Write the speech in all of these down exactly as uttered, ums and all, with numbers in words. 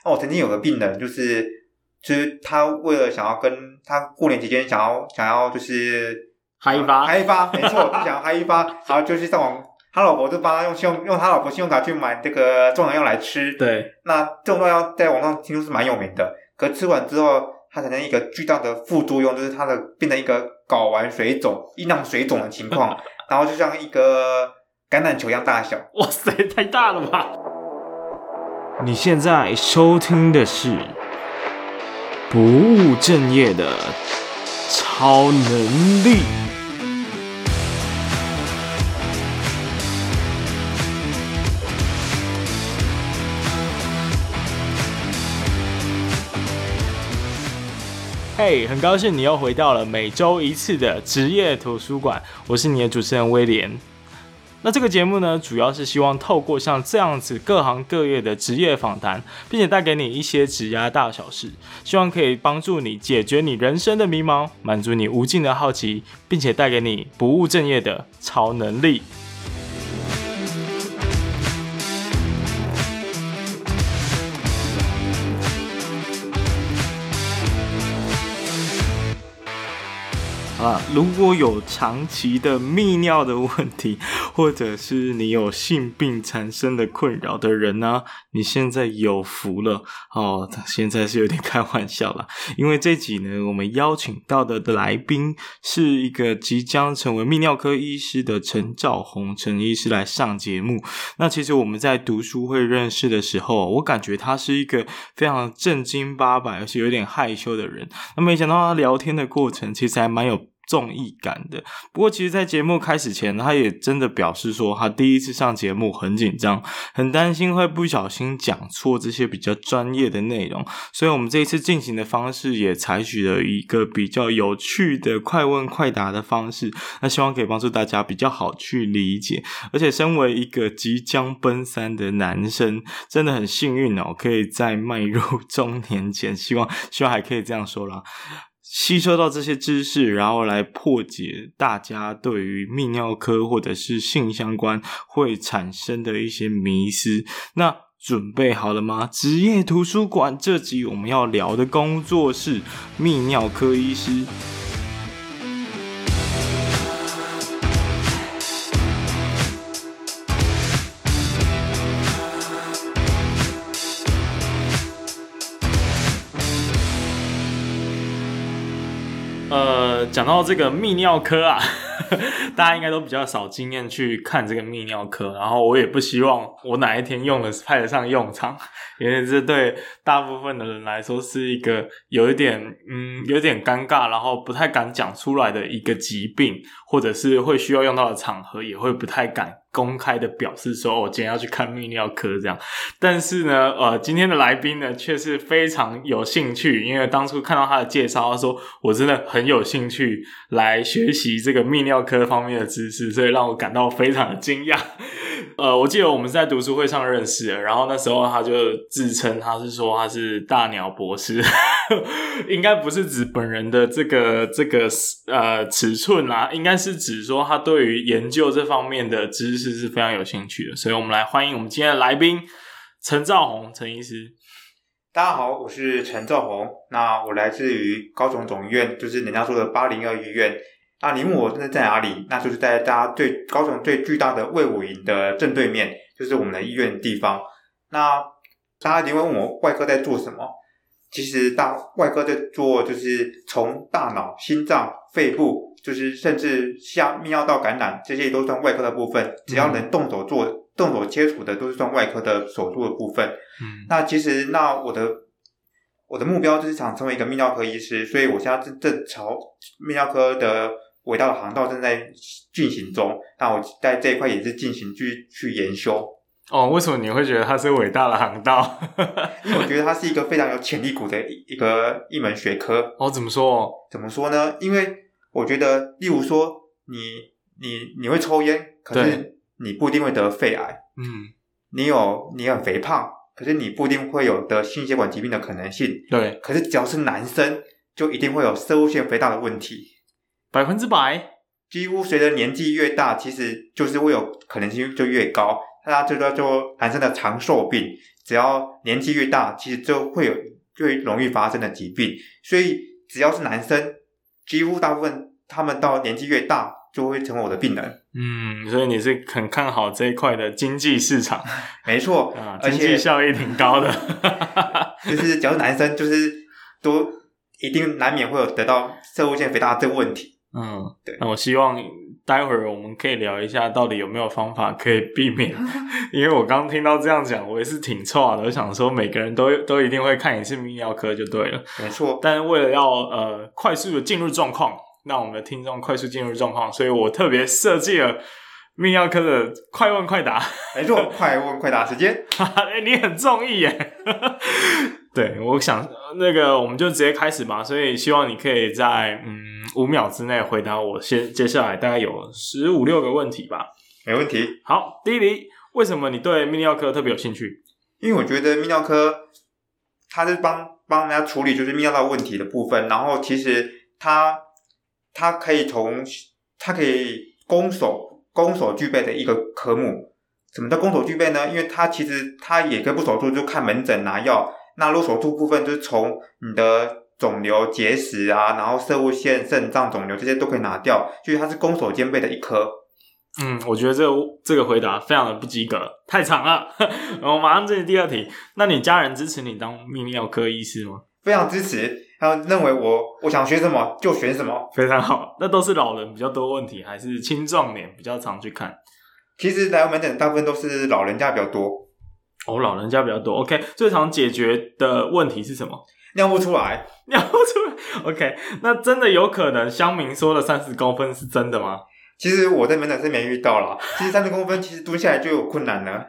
哦，曾经有个病人就是就是他为了想要跟他过年期间想要想要就是嗨一发嗨一发，没错，就想要嗨一发，然后就去上网，他老婆就帮他用信用用他老婆信用卡去买这个壮阳药来吃。 对， 那这种壮阳药在网上听说是蛮有名的，可吃完之后，它产生一个巨大的副作用，就是它的变成一个睾丸水肿、阴囊水肿的情况，然后就像一个橄榄球一样大小。 哇塞，太大了吧！你现在收听的是不务正业的超能力。嘿、hey, 很高兴你又回到了每周一次的职业图书馆，我是你的主持人威廉。那这个节目呢，主要是希望透过像这样子各行各业的职业访谈，并且带给你一些职涯大小事，希望可以帮助你解决你人生的迷茫，满足你无尽的好奇，并且带给你不务正业的超能力。啊，如果有长期的泌尿的问题，或者是你有性病产生的困扰的人呢、啊，你现在有福了哦。现在是有点开玩笑啦，因为这集呢，我们邀请到的来宾是一个即将成为泌尿科医师的陈兆宏陈医师来上节目。那其实我们在读书会认识的时候，我感觉他是一个非常正经八百，而且有点害羞的人。那没想到他聊天的过程其实还蛮有综艺感的。不过其实在节目开始前，他也真的表示说他第一次上节目很紧张，很担心会不小心讲错这些比较专业的内容，所以我们这一次进行的方式也采取了一个比较有趣的快问快答的方式，那希望可以帮助大家比较好去理解。而且身为一个即将奔三的男生，真的很幸运哦，可以在迈入中年前，希望希望还可以这样说啦，吸收到这些知识，然后来破解大家对于泌尿科或者是性相关会产生的一些迷思。那准备好了吗？职业图书馆这集我们要聊的工作是泌尿科医师。呃，讲到这个泌尿科啊，大家应该都比较少经验去看这个泌尿科，然后我也不希望我哪一天用的派得上用场，因为这对大部分的人来说是一个有一点嗯有点尴尬，然后不太敢讲出来的一个疾病，或者是会需要用到的场合也会不太敢公开的表示说我、哦、今天要去看泌尿科这样。但是呢呃今天的来宾呢却是非常有兴趣，因为当初看到他的介绍，他说我真的很有兴趣来学习这个泌尿科方面的知识，所以让我感到非常的惊讶。呃我记得我们是在读书会上认识的，然后那时候他就自称他是说他是大鸟博士应该不是指本人的这个这个呃尺寸啦，应该是指说他对于研究这方面的知识是非常有兴趣的。所以我们来欢迎我们今天的来宾陈兆宏陈医师。 大家好，我是陈兆宏，那我来自于高雄总医院，就是人家说的八零二医院。那你问我真的在哪里，那就是在大家最高雄最巨大的卫武营的正对面，就是我们的医院的地方。那大家一定会问我外科在做什么，其实大外科在做就是从大脑、心脏、肺部，就是甚至像泌尿道感染，这些都算外科的部分，只要能动手做、嗯、动手切除的都是算外科的手术的部分。嗯，那其实那我的我的目标就是想成为一个泌尿科医师，所以我现在正正朝泌尿科的伟大的航道正在进行中，那我在这一块也是进行去去研修。 哦，为什么你会觉得它是伟大的航道？ 因为我觉得它是一个非常有潜力股的一个一门学科。 哦，怎么说？ 怎么说呢？因为我觉得，例如说，你你你会抽烟，可是你不一定会得肺癌。嗯，你有你很肥胖，可是你不一定会有得心血管疾病的可能性。 对， 可是只要是男生，就一定会有攝護腺肥大的问题。 百分之百， 几乎随着年纪越大，其实就是会有可能性就越高。它就叫做男生的长寿病， 只要年纪越大，其实就会有最容易发生的疾病。所以只要是男生，几乎大部分他们到年纪越大就会成为我的病人。 嗯，所以你是很看好这一块的经济市场。 没错， 啊，经济效益挺高的。 就是只要是男生，就是都一定难免会有得到射物腺肥大这个问题。 嗯， 对。 那我希望待会儿我们可以聊一下，到底有没有方法可以避免。因为我刚听到这样讲，我也是挺错的。我想说，每个人都都一定会看一次泌尿科就对了。 没错。 但是为了要呃快速的进入状况，让我们的听众快速进入状况，所以我特别设计了泌尿科的快问快答。 没错，快问快答时间。 欸，你很中意耶。对，我想那个我们就直接开始吧，所以希望你可以在嗯五秒之内回答我先接下来大概有十五六个问题吧。 没问题。 好，第一题，为什么你对泌尿科特别有兴趣？ 因为我觉得泌尿科它是帮帮人家处理就是泌尿道问题的部分，然后其实它它可以从它可以攻守攻守具备的一个科目。什么叫攻守具备呢？因为它其实它也可以不手术，就看门诊拿药。那如果手术部分就是从你的肿瘤、结石啊，然后射物腺、肾脏肿瘤这些都可以拿掉，所以它是攻守兼备的一科。 嗯，我觉得这个这个回答非常的不及格，太长了。我马上进行第二题。那你家人支持你当泌尿科医师吗？ 非常支持，他们认为我我想学什么就选什么。 非常好。那都是老人比较多问题，还是青壮年比较常去看？ 其实来门诊大部分都是老人家比较多。 哦，老人家比较多。OK， 最常解决的问题是什么？ 尿不出来。 尿不出来。OK， 那真的有可能乡民说的三十公分是真的吗？ 其实我在门诊是没遇到啦。其实三十公分其实蹲下来就有困难了。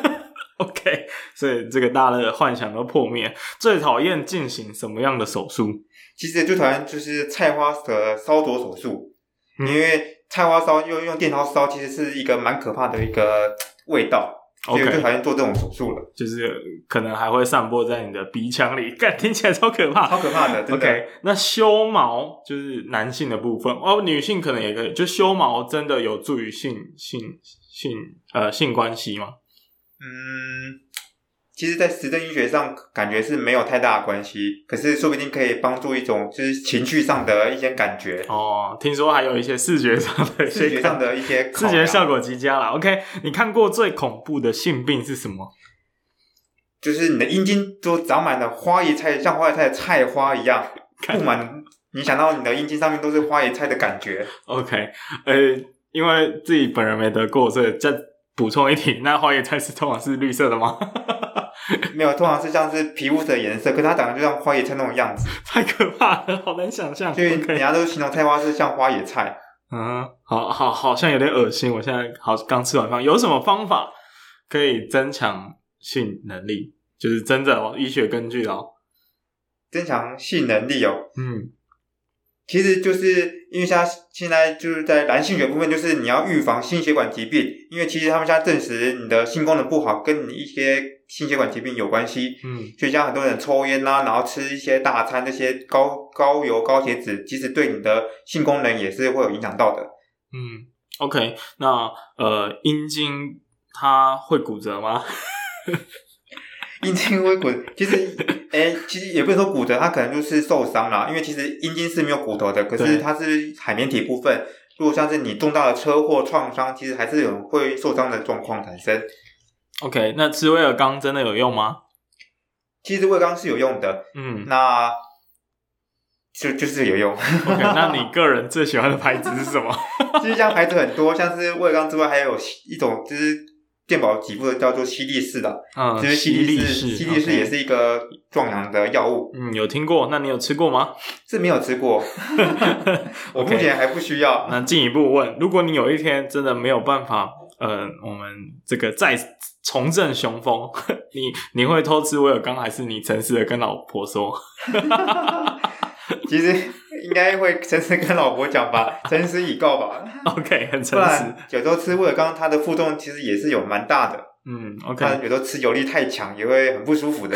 OK， 所以这个大家的幻想都破灭。最讨厌进行什么样的手术？ 其实最讨厌就是菜花的烧灼手术。嗯，因为菜花烧又用电烧烧，其实是一个蛮可怕的一个味道。所以我最讨厌做这种手术了， 就是可能还会散播在你的鼻腔里，干，听起来超可怕， 超可怕的，真的。 OK， 那修毛就是男性的部分哦，女性可能也可以，就修毛真的有助于性性性呃性关系吗？ 嗯，其实在实证医学上感觉是没有太大的关系，可是说不定可以帮助一种就是情绪上的一些感觉。 哦，听说还有一些视觉上的视觉上的一些视觉效果极佳啦。OK， 你看过最恐怖的性病是什么？ 就是你的阴茎都长满了花椰菜，像花椰菜的菜花一样布满，你想到你的阴茎上面都是花椰菜的感觉。 OK， 呃，因为自己本人没得过，所以再补充一题，那花椰菜是通常是绿色的吗？ 没有，通常是像是皮肤的颜色，可是它长得就像花椰菜那种样子， 太可怕了，好难想象。 所以人家都形容菜花是像花椰菜。 嗯，好好好像有点恶心。我现在好刚吃完饭，有什么方法可以增强性能力？就是真的哦，医学根据哦。 增强性能力哦， 嗯， 其实就是因为像现在就是在男性学部分，就是你要预防心血管疾病，因为其实他们现在证实你的性功能不好跟你一些心血管疾病有关系。 嗯， 所以像很多人抽烟啊，然后吃一些大餐，这些高高油高血脂，其实对你的性功能也是会有影响到的。 嗯 ，OK， 那呃，阴茎它会骨折吗？ 阴茎会骨，其实，诶、欸，其实也不能说骨折，它可能就是受伤啦。因为其实阴茎是没有骨头的，可是它是海绵体部分。如果像是你重大的车祸创伤，其实还是有会受伤的状况产生。 OK， 那吃威尔刚真的有用吗？ 其实威尔刚是有用的， 嗯， 那就就是有用。 OK， 那你个人最喜欢的牌子是什么？ 其实像牌子很多，像是威尔刚之外，还有一种就是健保给付的叫做西力士的， 嗯， 就是西力士， 西力士也是一个壮阳的药物。 嗯，有听过？那你有吃过吗？ 是没有吃过，我目前还不需要。 那进一步问，如果你有一天真的没有办法，呃，我们这个再重振雄风，你你会偷吃威尔刚，还是你诚实的跟老婆说？ 其实应该会诚实跟老婆讲吧，诚实以告吧。 OK， 很诚实。 不然有时候吃威尔刚，它的负重其实也是有蛮大的。 嗯 ，OK。 有时候吃油力太强，也会很不舒服的。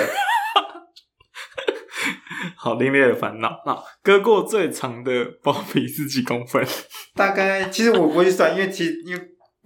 好另类的烦恼。那割过最长的包皮是几公分？ 大概其实我不会算，因为其实因为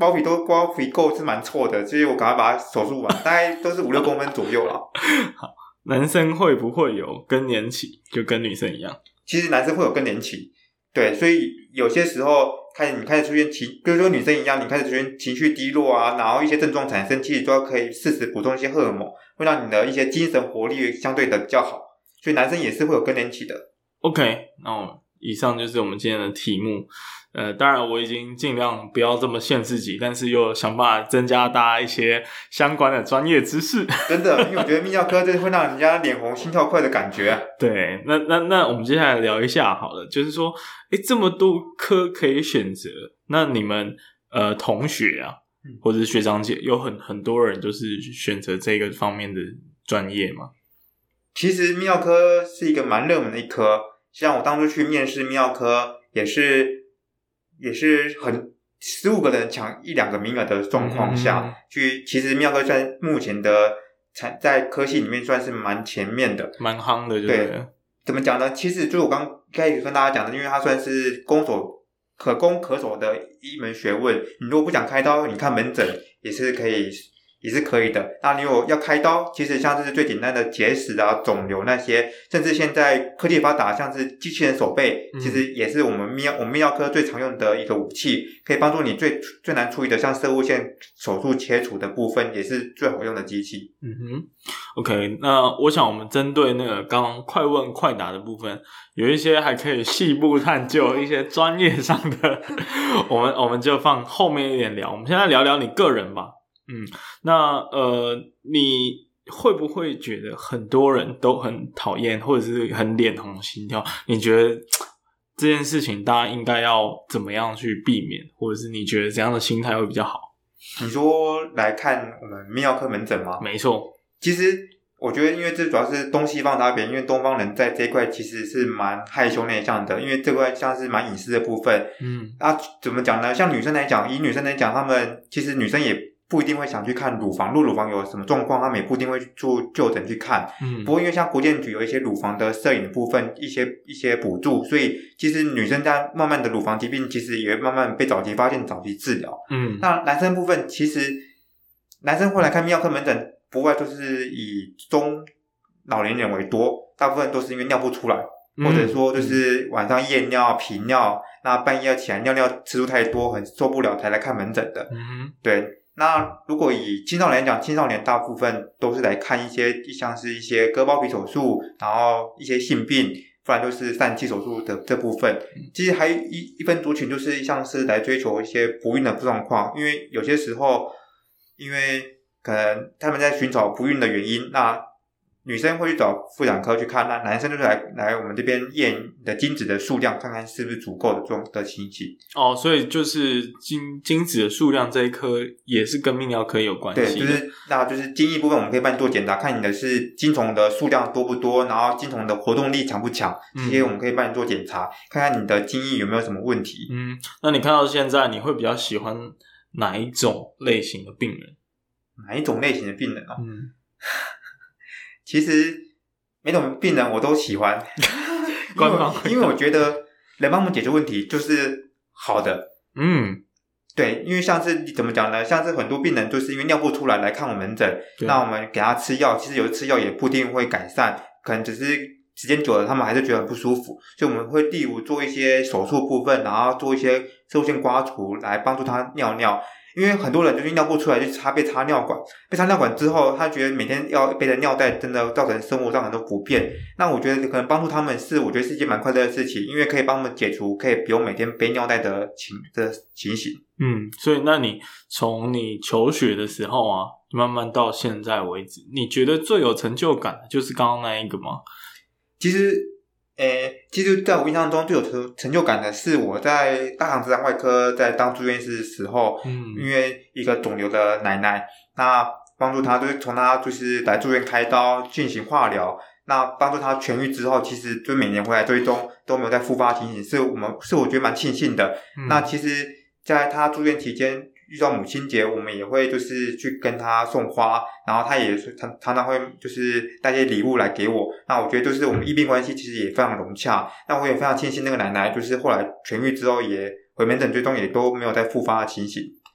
包皮都包皮垢是蛮臭的，所以我赶快把它手术完，大概都是五六公分左右啦。 好，男生会不会有更年期？就跟女生一样？ 其实男生会有更年期，对，所以有些时候开始你开始出现情，比如说女生一样，你开始出现情绪低落啊，然后一些症状产生，其实都要可以适时补充一些荷尔蒙，会让你的一些精神活力相对的比较好，所以男生也是会有更年期的。 OK， 那以上就是我们今天的题目。呃，当然我已经尽量不要这么限自己，但是又想办法增加大家一些相关的专业知识。 真的，因为我觉得泌尿科这会让人家脸红心跳快的感觉啊。 对，那那那我们接下来聊一下好了，就是说，诶，这么多科可以选择，那你们呃同学啊，或者是学长姐，有很很多人就是选择这个方面的专业吗？ 其实泌尿科是一个蛮热门的一科，像我当初去面试泌尿科，也是也是很十五个人抢一两个名额的状况下，嗯、去其实泌尿科在目前的在科系里面算是蛮前面的， 蛮夯的， 对。怎么讲呢？其实就是我刚开始跟大家讲的，因为它算是攻守可攻可守的一门学问。你如果不想开刀，你看门诊也是可以。也是可以的。那你有要开刀，其实像是最简单的结石啊、肿瘤那些，甚至现在科技发达，像是机器人手背，嗯、其实也是我们泌尿我们泌尿科最常用的一个武器，可以帮助你最最难处理的，像射物线手术切除的部分，也是最好用的机器。 嗯哼 ，OK， 那我想我们针对那个刚刚快问快答的部分，有一些还可以细部探究一些专业上的，我们我们就放后面一点聊。我们现在聊聊你个人吧。嗯，那呃，你会不会觉得很多人都很讨厌，或者是很脸红心跳？你觉得这件事情大家应该要怎么样去避免，或者是你觉得怎样的心态会比较好？ 你说来看我们泌尿科门诊吗？ 没错， 其实我觉得，因为这主要是东西方差别，因为东方人在这一块其实是蛮害羞内向的，因为这块像是蛮隐私的部分。嗯，啊，怎么讲呢？像女生来讲，以女生来讲，她们其实女生也不一定会想去看乳房，如果乳房有什么状况，他们也不一定会做就诊去看。嗯，不过因为像国健局有一些乳房的摄影的部分，一些一些补助，所以其实女生在慢慢的乳房疾病，其实也会慢慢被早期发现、早期治疗。嗯，那男生部分，其实男生会来看泌尿科门诊，不外就是以中老年人为多，大部分都是因为尿不出来，嗯、或者说就是晚上夜尿、频尿，那半夜要起来尿尿次数太多，很受不了才来看门诊的。嗯，对。那如果以青少年来讲，青少年大部分都是来看一些像是一些割包皮手术，然后一些性病，不然就是疝气手术的这部分。其实还有一一分族群就是像是来追求一些不孕的状况，因为有些时候因为可能他们在寻找不孕的原因，那女生会去找妇产科去看，那男生就是来来我们这边验你的精子的数量，看看是不是足够的这种的情形。 哦，所以就是精精子的数量这一科也是跟泌尿科有关系的。 对，就是那就是精液部分，我们可以帮你做检查，看你的是精虫的数量多不多，然后精虫的活动力强不强，这些我们可以帮你做检查，嗯、看看你的精液有没有什么问题。 嗯，那你看到现在，你会比较喜欢哪一种类型的病人？ 哪一种类型的病人哦？嗯。其实每种病人我都喜欢，因为因为我觉得能帮我们解决问题就是好的。嗯，对，因为像是怎么讲呢？像是很多病人就是因为尿不出来来看我们门诊，那我们给他吃药，其实有的吃药也不一定会改善，可能只是时间久了他们还是觉得很不舒服，所以我们会例如做一些手术部分，然后做一些射物线刮除来帮助他尿尿。因为很多人就是尿不出来，就插被插尿管，被插尿管之后，他觉得每天要背着尿袋，真的造成生活上很多不便。那我觉得可能帮助他们是，我觉得是一件蛮快乐的事情，因为可以帮他们解除可以不用每天背尿袋的情的情形。 嗯，所以那你从你求学的时候啊，慢慢到现在为止，你觉得最有成就感的就是刚刚那一个吗？ 其实。诶，其实在我印象中最有成就感的是我在大肠直肠外科在当住院医师的时候，嗯，因为一个肿瘤的奶奶，那帮助她就是从她就是来住院开刀进行化疗，那帮助她痊愈之后，其实就每年回来追踪都没有再复发情形，是我们是我觉得蛮庆幸的。嗯、那其实在她住院期间。遇到母亲节，我们也会就是去跟她送花，然后她也常常常会就是带些礼物来给我。那我觉得就是我们医病关系其实也非常融洽。那我也非常庆幸那个奶奶就是后来痊愈之后也回门诊追踪也都没有再复发的情形。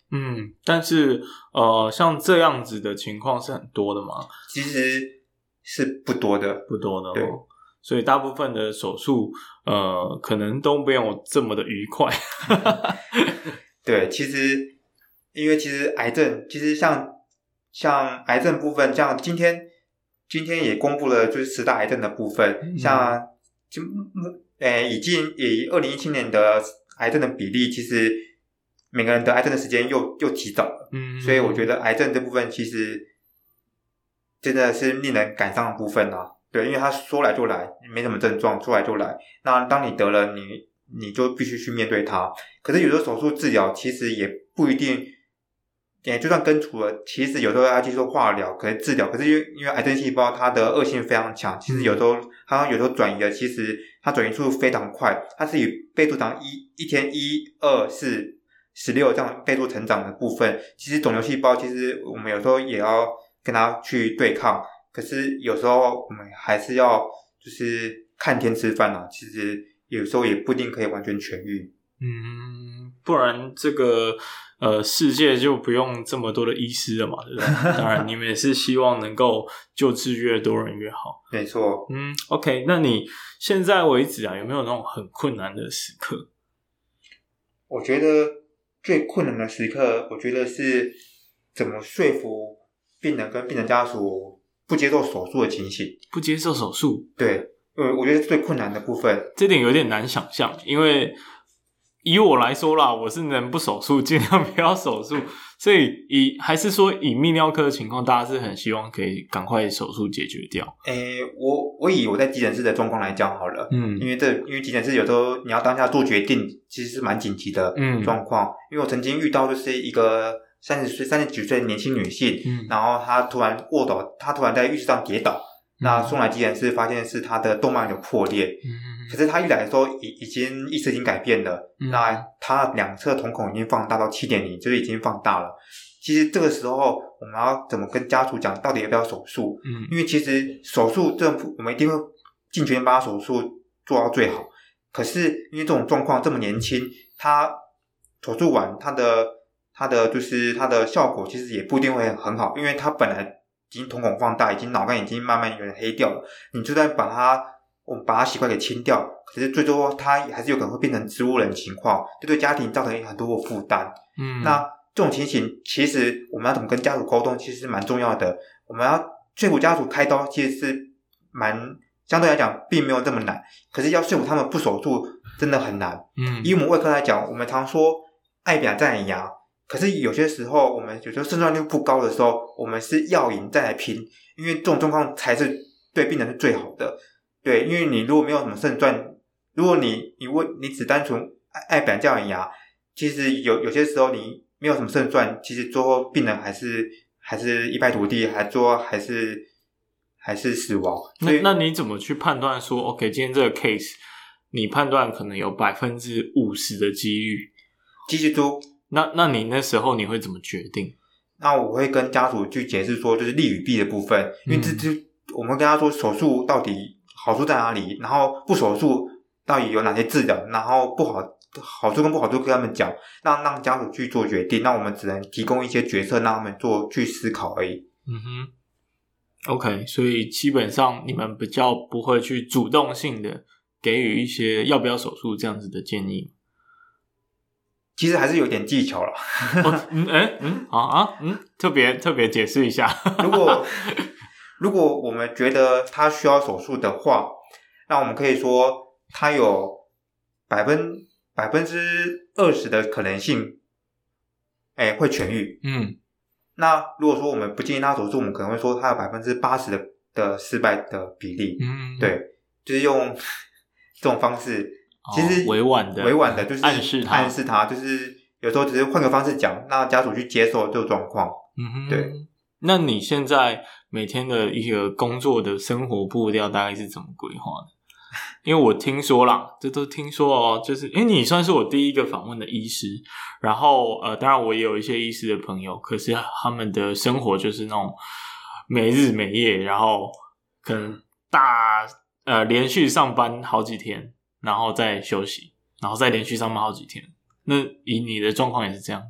嗯，但是呃，像这样子的情况是很多的吗？ 其实是不多的， 不多的、哦。 对， 所以大部分的手术呃，可能都没有这么的愉快。 对，其实因为其实癌症，其实像像癌症部分，像今天今天也公布了就是十大癌症的部分，嗯、像就呃已经以二零一七年的癌症的比例，其实每个人得癌症的时间又又提早了，嗯，所以我觉得癌症这部分其实真的是令人感伤的部分啊。对，因为他说来就来，没什么症状，说来就来。那当你得了，你你就必须去面对它。可是有时候手术治疗其实也不一定，也就算根除了，其实有时候要接受化疗，可是治疗，可是因为因为癌症细胞它的恶性非常强，其实有时候它有时候转移的，其实它转移速度非常快，它是以倍数长一一天一二四十六这样倍数成长的部分。其实肿瘤细胞其实我们有时候也要跟它去对抗。可是有时候我们还是要就是看天吃饭啊，其实有时候也不一定可以完全痊愈。 嗯，不然这个呃世界就不用这么多的医师了嘛，对不对？当然你们也是希望能够救治越多人越好。 没错。 嗯 OK， 那你现在为止啊，有没有那种很困难的时刻？ 我觉得最困难的时刻，我觉得是怎么说服病人跟病人家属不接受手术的情形。 不接受手术， 对，我觉得是最困难的部分。 这点有点难想象，因为以我来说啦，我是能不手术尽量不要手术，所以以还是说以泌尿科的情况，大家是很希望可以赶快手术解决掉。 诶，我我以我在急诊室的状况来讲好了，嗯，因为这因为急诊室有时候你要当下做决定，其实是蛮紧急的状况。嗯，因为我曾经遇到就是一个三十岁、三十几岁的年轻女性，嗯，然后她突然卧倒，她突然在浴室上跌倒，嗯，那送来急诊室发现是她的动脉有破裂，嗯，可是她一来的时候已已经意识已经改变了，嗯，那她两侧瞳孔已经放大到 七点零， 就是已经放大了。其实这个时候我们要怎么跟家属讲到底要不要手术？嗯，因为其实手术这我们一定会尽全力把手术做到最好，可是因为这种状况这么年轻，他手术完他的它的就是它的效果其实也不一定会很好，因为它本来已经瞳孔放大，已经脑干已经慢慢有点黑掉了，你就算把它我们把它血块给清掉，可是最终它还是有可能会变成植物人情况，就对家庭造成很多的负担。嗯，那这种情形其实我们要怎么跟家属沟通其实是蛮重要的，我们要说服家属开刀其实是蛮相对来讲并没有这么难，可是要说服他们不手术真的很难。嗯，以我们外科来讲，我们常说爱表在眼牙，可是有些时候我们有时候胜算率不高的时候，我们是要赢再来拼，因为这种状况才是对病人是最好的。对，因为你如果没有什么胜算，如果你你问你只单纯爱表叫眼牙，其实有有些时候你没有什么胜算，其实最后病人还是还是一败涂地，还最后还是还是死亡。 那那你怎么去判断说 OK 今天这个 case 你判断可能有 百分之五十 的几率继续做？ 那那你那时候你会怎么决定？ 那我会跟家属去解释说就是利与弊的部分，因为这这、嗯、我们跟他说手术到底好处在哪里，然后不手术到底有哪些治疗，然后不好好处跟不好处跟他们讲，让让家属去做决定，那我们只能提供一些决策让他们做去思考而已。 嗯哼 OK， 所以基本上你们比较不会去主动性的给予一些要不要手术这样子的建议。 其实还是有点技巧了。 哦、嗯诶嗯啊啊嗯特别特别解释一下。 如果如果我们觉得他需要手术的话，那我们可以说他有百分百分之二十的可能性，哎，会痊愈。嗯，那如果说我们不建议他手术，我们可能会说他有百分之八十的的失败的比例。嗯，对，就是用这种方式，其实委婉的委婉的，就是暗示他， 暗示他，就是有时候只是换个方式讲，让家属去接受这个状况。嗯哼，对。 那你现在每天的一个工作的生活步调大概是怎么规划的？因为我听说啦，这都听说哦，就是因为你算是我第一个访问的医师，然后呃，当然我也有一些医师的朋友，可是他们的生活就是那种没日没夜，然后可能大呃连续上班好几天，然后再休息，然后再连续上班好几天。那以你的状况也是这样子吗？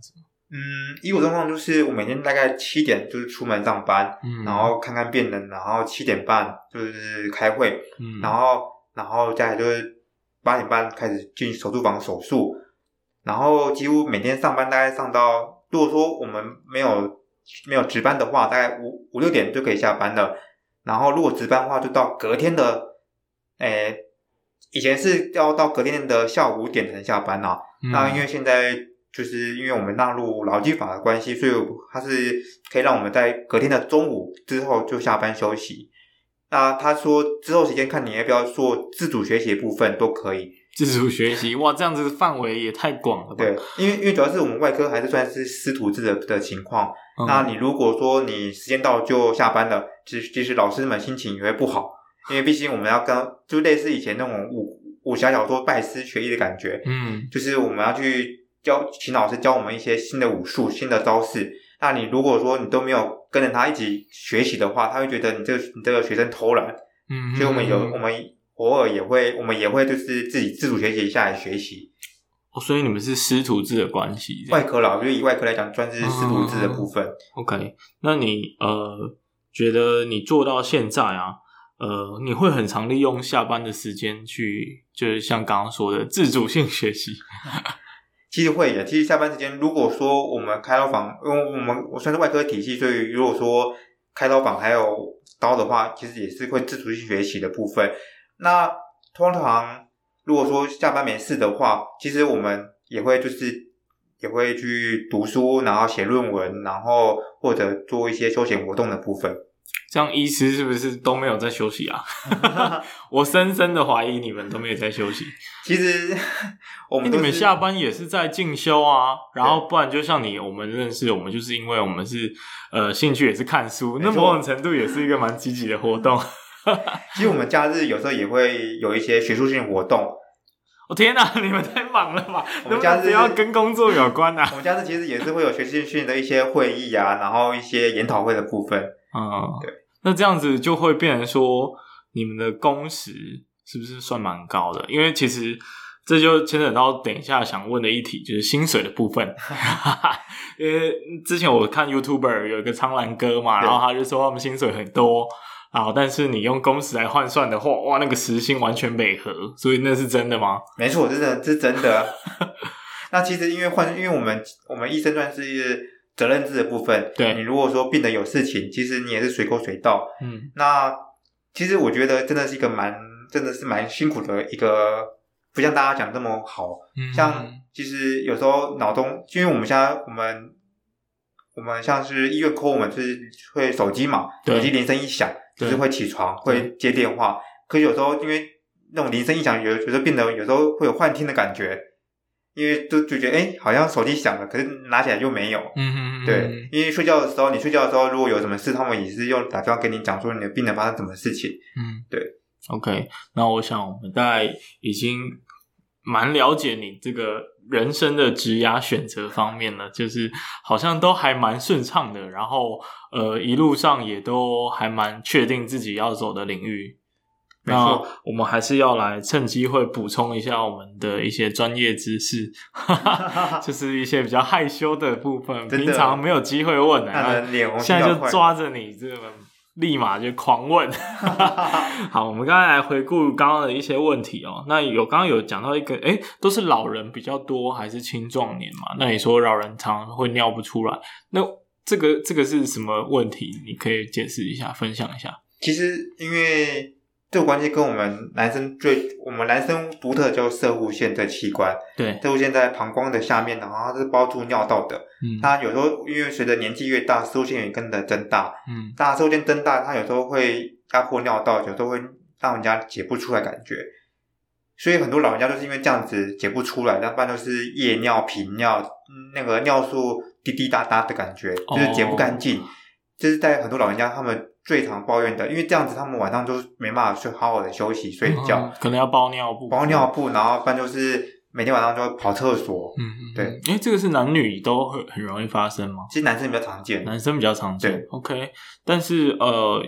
嗯，以我状况就是我每天大概七点就是出门上班，嗯，然后看看病人，然后七点半就是开会，嗯，然后然后再来就是八点半开始进手术房手术，然后几乎每天上班大概上到，如果说我们没有没有值班的话，大概五五六点就可以下班了，然后如果值班的话就到隔天的，诶，以前是要到隔天的下午五点才能下班啊，嗯，那因为现在就是因为我们纳入劳基法的关系，所以它是可以让我们在隔天的中午之后就下班休息。那他说之后时间看你要不要做自主学习的部分都可以。 自主学习，哇，这样子范围也太广了吧？ 对，因为因为主要是我们外科还是算是师徒制的的情况，嗯，那你如果说你时间到就下班了，其实其实老师们心情也会不好，因为毕竟我们要跟就类似以前那种武武侠小说拜师学艺的感觉，嗯，就是我们要去教请老师教我们一些新的武术、新的招式。那你如果说你都没有跟着他一起学习的话，他会觉得你这个你这个学生偷懒，嗯，所以我们有我们偶尔也会我们也会就是自己自主学习下来学习。 哦，所以你们是师徒制的关系？ 外科啦，我觉得以外科来讲，算是师徒制的部分。 嗯、OK， 那你呃觉得你做到现在啊，呃，你会很常利用下班的时间去，就是像刚刚说的自主性学习？ 其实会的，其实下班时间，如果说我们开刀房，因为我们我算是外科体系，所以如果说开刀房还有刀的话，其实也是会自主性学习的部分。那通常如果说下班没事的话，其实我们也会就是也会去读书，然后写论文，然后或者做一些休闲活动的部分。 这样医师是不是都没有在休息啊？我深深的怀疑你们都没有在休息。 其实我们、 欸、你们下班也是在进修啊，然后不然就像你我们认识，我们就是因为我们是呃兴趣也是看书，那某种程度也是一个蛮积极的活动。 其实我们假日有时候也会有一些学术性活动。 我、哦、天哪，你们太忙了吧？我们假日要跟工作有关啊。 我们假日其实也是会有学术性的一些会议啊，然后一些研讨会的部分。 嗯，对。那这样子就会变成说，你们的工时是不是算蛮高的？因为其实这就牵扯到等一下想问的一题，就是薪水的部分。因为之前我看 YouTuber 有一个苍兰哥嘛，然后他就说他们薪水很多。好，但是你用工时来换算的话，哇，那个时薪完全违和，所以那是真的吗？ 没错，真的，这是真的。那其实因为换，因为我们我们医生算是责任制的部分， 对， 你如果说病人有事情，其实你也是随口随到，嗯，那其实我觉得真的是一个蛮，真的是蛮辛苦的一个，不像大家讲这么好，嗯，像其实有时候脑中，因为我们现在我们我们像是医院 call 我们是会手机嘛，手机铃声一响。就是会起床，会接电话，可是有时候因为那种铃声一响，有有时候病人有时候会有幻听的感觉，因为就就觉得诶好像手机响了，可是拿起来就没有。嗯嗯嗯。对，因为睡觉的时候，你睡觉的时候如果有什么事，他们也是用打电话跟你讲说你的病人发生什么事情。嗯，对。 OK， 那我想我们大概已经蛮了解你这个人生的职涯选择方面了，就是好像都还蛮顺畅的，然后呃一路上也都还蛮确定自己要走的领域。那我们还是要来趁机会补充一下我们的一些专业知识，就是一些比较害羞的部分，平常没有机会问的、啊，现在就抓着你这个立马就狂问。好，我们刚才来回顾刚刚的一些问题哦。那有刚刚有讲到一个，诶，都是老人比较多还是青壮年嘛？那你说老人常会尿不出来，那这个这个是什么问题？你可以解释一下，分享一下。 其实因为这个关系跟我们男生最我们男生独特叫射护腺的器官， 对， 射护腺在膀胱的下面，然后它是包住尿道的。嗯，它有时候因为随着年纪越大，射护腺也跟着增大。嗯，大射护腺增大，它有时候会压迫尿道，有时候会让人家解不出来感觉。所以很多老人家就是因为这样子解不出来，要不然就是夜尿、频尿，那个尿素滴滴答答的感觉，就是解不干净。哦，这是在很多老人家他们最常抱怨的，因为这样子他们晚上都没办法睡好好的休息睡觉， 嗯，可能要包尿布， 包尿布，然后不然就是每天晚上就要跑厕所。嗯嗯，对。 诶，这个是男女都很很容易发生吗？ 其实男生比较常见， 男生比较常见。OK，但是呃，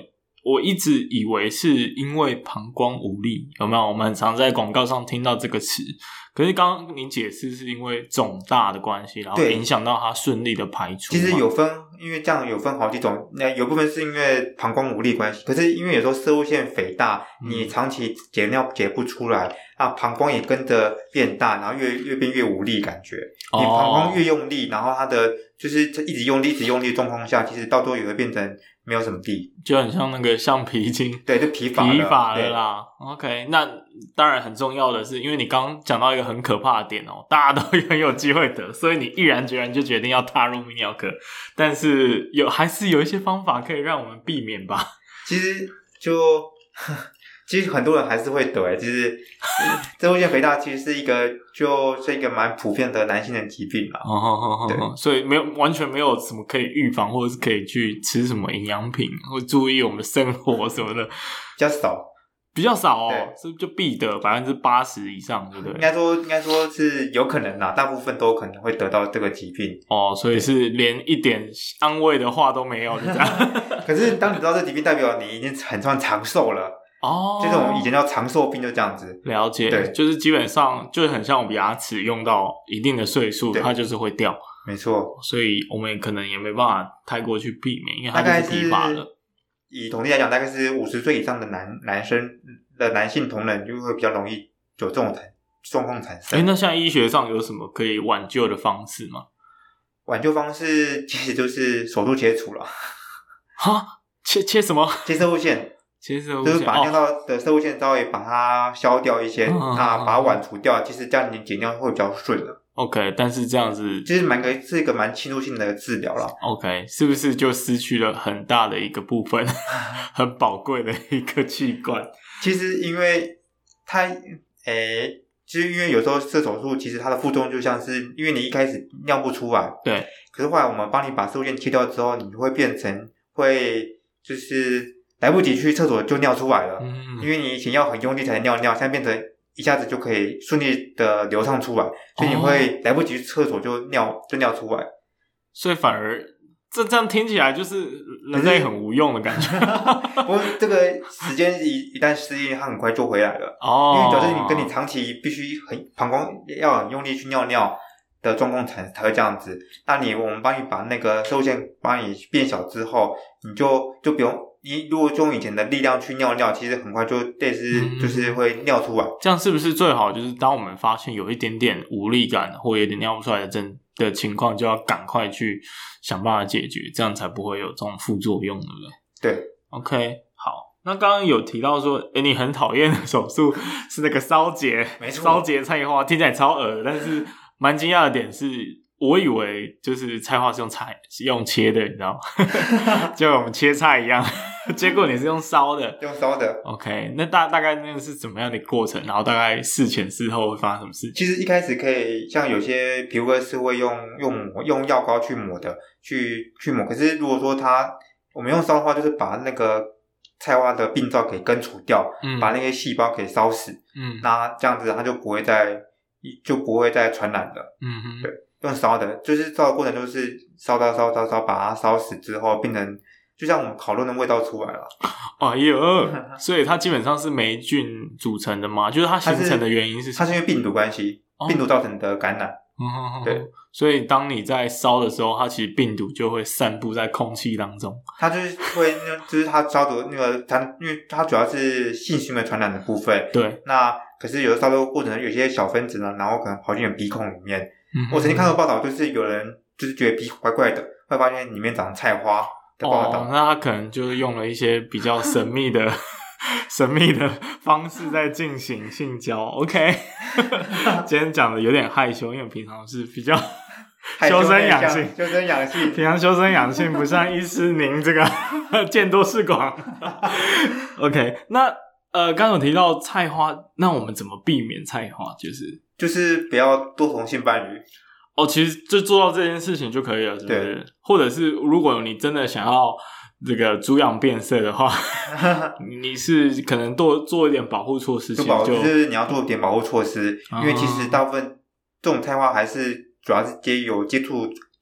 我一直以为是因为膀胱无力，有没有？我们很常在广告上听到这个词，可是刚刚你解释是因为肿大的关系，然后影响到它顺利的排出。 其实有分，因为这样有分好几种，那有部分是因为膀胱无力关系，可是因为有时候攝護腺肥大，你长期解尿解不出来，啊，膀胱也跟着变大，然后越越变越无力，感觉你膀胱越用力，然后它的就是一直用力一直用力的状况下，其实到最后也会变成没有什么力， 就很像那个橡皮筋， 对，就疲乏了， 疲乏了啦。OK， 那当然很重要的是，因为你刚刚讲到一个很可怕的点哦，大家都很有机会得，所以你毅然决然就决定要踏入泌尿科，但是有还是有一些方法可以让我们避免吧。 其实就其实很多人还是会得诶，其实攝護腺肥大其实是一个就是一个蛮普遍的男性的疾病啦。 哦哦哦哦，所以没有完全没有什么可以预防，或者是可以去吃什么营养品，或注意我们的生活什么的， 比较少， 比较少哦，是就必得百分之八十以上，对不对？ 应该说应该说是有可能啦，大部分都可能会得到这个疾病哦，所以是连一点安慰的话都没有，就这样。 可是当你知道这疾病，代表你已经很算长寿了。哦，就这种以前叫长寿病，就这样子。 了解，对，就是基本上就很像我们牙齿用到一定的岁数，它就是会掉。 没错， 所以我们可能也没办法太过去避免，因为它就是疲乏了。 以统计来讲，大概是五十岁以上的男男生的男性同仁就会比较容易有这种状况产生。 诶，那现在医学上有什么可以挽救的方式吗？ 挽救方式其实就是手术切除了。 哈，切切什么？ 切攝護腺。 其实就是把尿道的攝護腺稍微把它消掉一些，那、 哦、 把它剜除掉，其实这样你解尿会比较顺了。 OK， 但是这样子其实蛮个是一个蛮侵入性的治疗啦。 OK， 是不是就失去了很大的一个部分，很宝贵的一个器官？ 其实因为它，诶，其实因为有时候这手术，其实它的副作用就像是，因为你一开始尿不出来， 对， 可是后来我们帮你把攝護腺切掉之后，你会变成会就是来不及去厕所就尿出来了，嗯，因为你以前要很用力才能尿尿，现在变成一下子就可以顺利的流畅出来，所以你会来不及去厕所就尿就尿出来， 所以反而这这样听起来就是人类很无用的感觉。 不过这个时间一一旦适应，它很快就回来了哦， 因为主要是你跟你长期必须很膀胱要很用力去尿尿的状况才才会这样子。那你我们帮你把那个攝護腺帮你变小之后，你就就不用。你如果用以前的力量去尿尿，其实很快就类似就是会尿出来、嗯。 这样是不是最好就是当我们发现有一点点无力感或有点尿不出来的症的情况，就要赶快去想办法解决，这样才不会有这种副作用，对不对？对 ，OK， 好。那刚刚有提到说，诶，你很讨厌的手术是那个烧结， 没错， 烧结菜花，听起来超恶，但是蛮惊讶的点是。我以为就是菜花是用菜是用切的，你知道吗？就我们切菜一样，结果你是用烧的， 用烧的。 OK， 那大大概那个是怎么样的过程？然后大概事前事后会发生什么事情？ 其实一开始可以像有些皮肤科是会用用抹用药膏去抹的，去去抹。可是如果说它我们用烧的话，就是把那个菜花的病灶给根除掉，嗯、把那些细胞给烧死。嗯，那这样子它就不会再就不会再传染了。嗯哼，对。用烧的，就是烧的过程就是烧烧烧烧烧，把它烧死之后，变成就像我们烤肉的味道出来了。 哎呦，所以它基本上是霉菌组成的吗？就是它形成的原因是什么？ 它是因为病毒关系，病毒造成的感染。 哦、对，所以当你在烧的时候，它其实病毒就会散布在空气当中。 它就是会，就是它烧的那个它，因为它主要是性行为传染的部分。 对， 那可是有的烧的过程，有些小分子呢，然后可能跑进了鼻孔里面。嗯、我曾经看到报道，就是有人就是觉得鼻怪怪的，会发现里面长菜花的报道。 哦，那他可能就是用了一些比较神秘的神秘的方式在进行性交。OK， 今天讲的有点害羞，因为平常是比较修身养性， 修身养性， 平常修身养性，不像医师您这个见多识广。OK， 那呃，刚有提到菜花，那我们怎么避免菜花？就是就是不要多重性伴侣。 哦，其实就做到这件事情就可以了，是不是？或者是如果你真的想要这个猪羊变色的话，你是可能多做一点保护措施， 就保就是你要做一点保护措施，因为其实大部分这种菜花还是主要是接有接触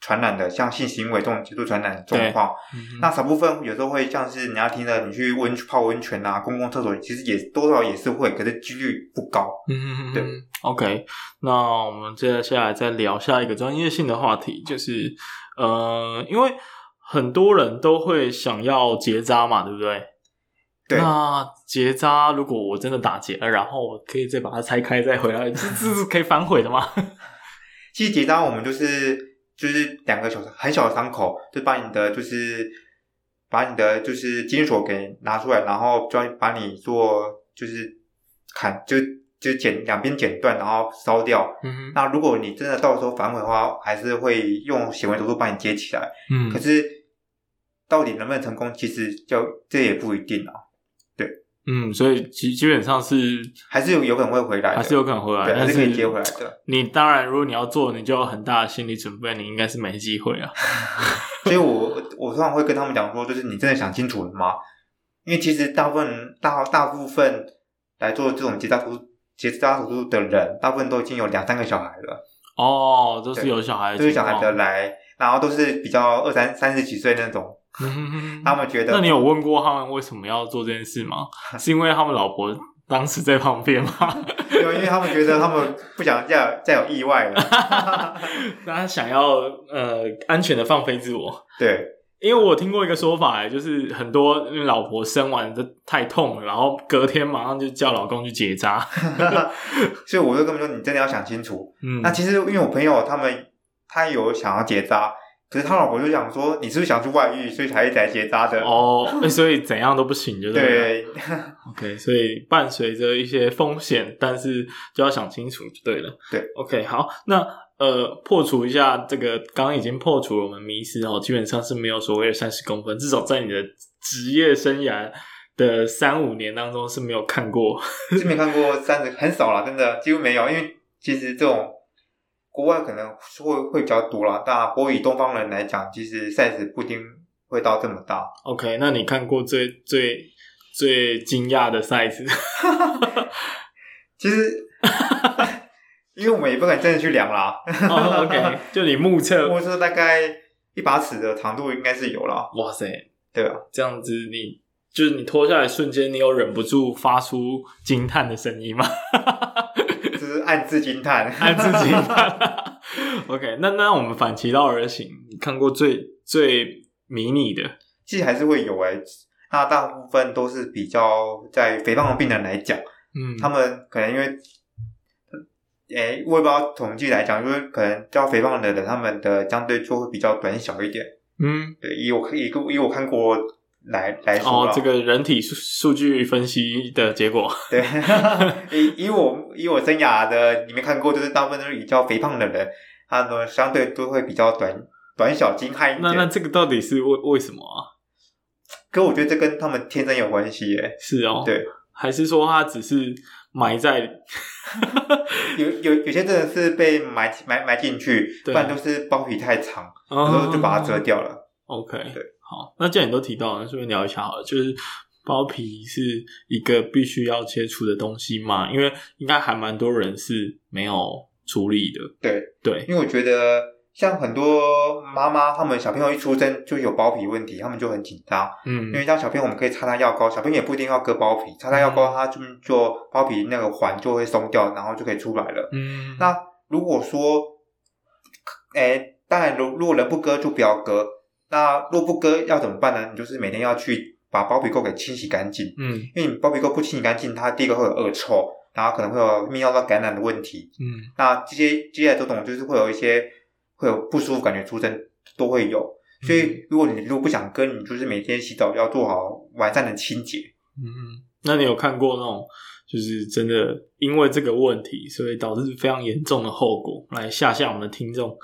传染的，像性行为这种接触传染的状况。嗯、那少部分有时候会像是你要听的，你去温泡温泉啊，公共厕所，其实也多少也是会，可是几率不高。 嗯， 对。 OK， 那我们接下来再聊下一个专业性的话题，就是呃，因为很多人都会想要结扎嘛，对不对？ 对。 那结扎如果我真的打结了，然后我可以再把它拆开再回来，这这是可以反悔的吗？ 其实结扎我们就是就是两个小很小的伤口，就把你的就是把你的就是金属给拿出来，然后就把你做就是砍就就剪两边剪断，然后烧掉。嗯，那如果你真的到时候反悔的话，还是会用显微手术把你接起来。嗯，可是到底能不能成功，其实就这也不一定啊。对， 嗯，所以基基本上是还是有有可能会回来的， 还是有可能回来， 对，还是可以接回来的。 你当然，如果你要做，你就有很大的心理准备，你应该是没机会啊。 所以我我通常会跟他们讲说，就是你真的想清楚了吗？因为其实大部分大大部分来做这种结扎手术结扎手术的人，大部分都已经有两三个小孩了。 哦，都是有小孩的， 都是小孩的来，然后都是比较二三三十几岁那种。他们觉得， 那你有问过他们为什么要做这件事吗？是因为他们老婆当时在旁边吗？ 没有，因为他们觉得他们不想再再有意外了。 他想要呃安全的放飞自我。 对， 因为我听过一个说法，就是很多老婆生完就太痛了，然后隔天马上就叫老公去结扎。 所以我就跟他们说，你真的要想清楚。嗯，那其实因为我朋友他们他有想要结扎。可是他老婆就想说，你是不是想去外遇，所以才一直来结扎的？ 哦，所以怎样都不行，就对了。 对。 OK， 所以伴随着一些风险，但是就要想清楚就对了。 对 ，OK， 好，那呃，破除一下这个，刚刚已经破除了我们迷思哦，基本上是没有所谓的三十公分，至少在你的职业生涯的三五年当中是没有看过， 是没看过三十，很少啦，真的几乎没有，因为其实这种。国外可能会会比较多啦，但不过以东方人来讲，其实 size 不一定会到这么大。 OK， 那你看过最最最惊讶的 size？ 其实，因为我们也不可能真的去量啦。 oh, OK， 就你目测， 目测大概一把尺的长度应该是有啦。 哇塞， 对啊， 这样子你就是你脱下来瞬间，你有忍不住发出惊叹的声音吗？ 就是暗自惊叹， 暗自惊叹。OK， 那那我们反其道而行，你看过最最迷你的， 其实还是会有诶、欸。那大部分都是比较在肥胖的病人来讲，嗯，他们可能因为，诶、欸，我也不知道统计来讲，就是可能较肥胖的人，他们的相对就会比较短小一点。嗯，对，以我以以我看过。来来说哦，这个人体数数据分析的结果， 对，以以我以我生涯的里面看过，就是大部分都是比较肥胖的人，他们相对都会比较短短小精悍一点。 那那这个到底是为为什么啊？ 可我觉得这跟他们天生有关系耶。 是哦， 对， 还是说他只是埋在有有有些真的是被埋埋埋进去，不然就是包皮太长，然后就把它遮掉了。 OK， 对。 好，那既然你都提到了，顺便聊一下好了，就是包皮是一个必须要切除的东西嘛？因为应该还蛮多人是没有处理的。 对对， 因为我觉得像很多妈妈，他们小朋友一出生就有包皮问题，他们就很紧张。嗯，因为像小朋友我们可以擦他药膏，小朋友也不一定要割包皮，擦他药膏，他就就包皮那个环就会松掉，然后就可以出来了。嗯，那如果说，诶，当然如如果人不割就不要割。那若不割要怎么办呢？你就是每天要去把包皮垢给清洗干净。嗯，因为你包皮垢不清洗干净，它第一个会有恶臭，然后可能会有泌尿道感染的问题。嗯，那这些接下来这种就是会有一些会有不舒服感觉出生都会有。所以如果你如果不想割，你就是每天洗澡要做好完善的清洁。 嗯，那你有看过那种就是真的因为这个问题，所以导致非常严重的后果，来吓吓我们的听众？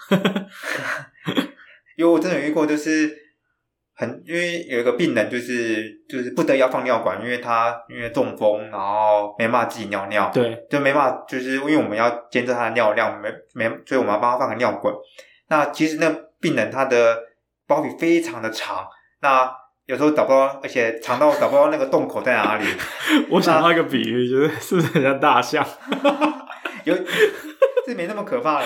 因为我真的有遇过，就是很因为有一个病人，就是就是不得要放尿管，因为他因为中风，然后没办法自己尿尿， 对， 就没办法，就是因为我们要监测他的尿量，没没，所以我们要帮他放个尿管。那其实那病人他的包皮非常的长，那有时候找不到，而且长到找不到那个洞口在哪里。 我想到一个比喻，就是是不是很像大象？ 有，是没那么可怕啦。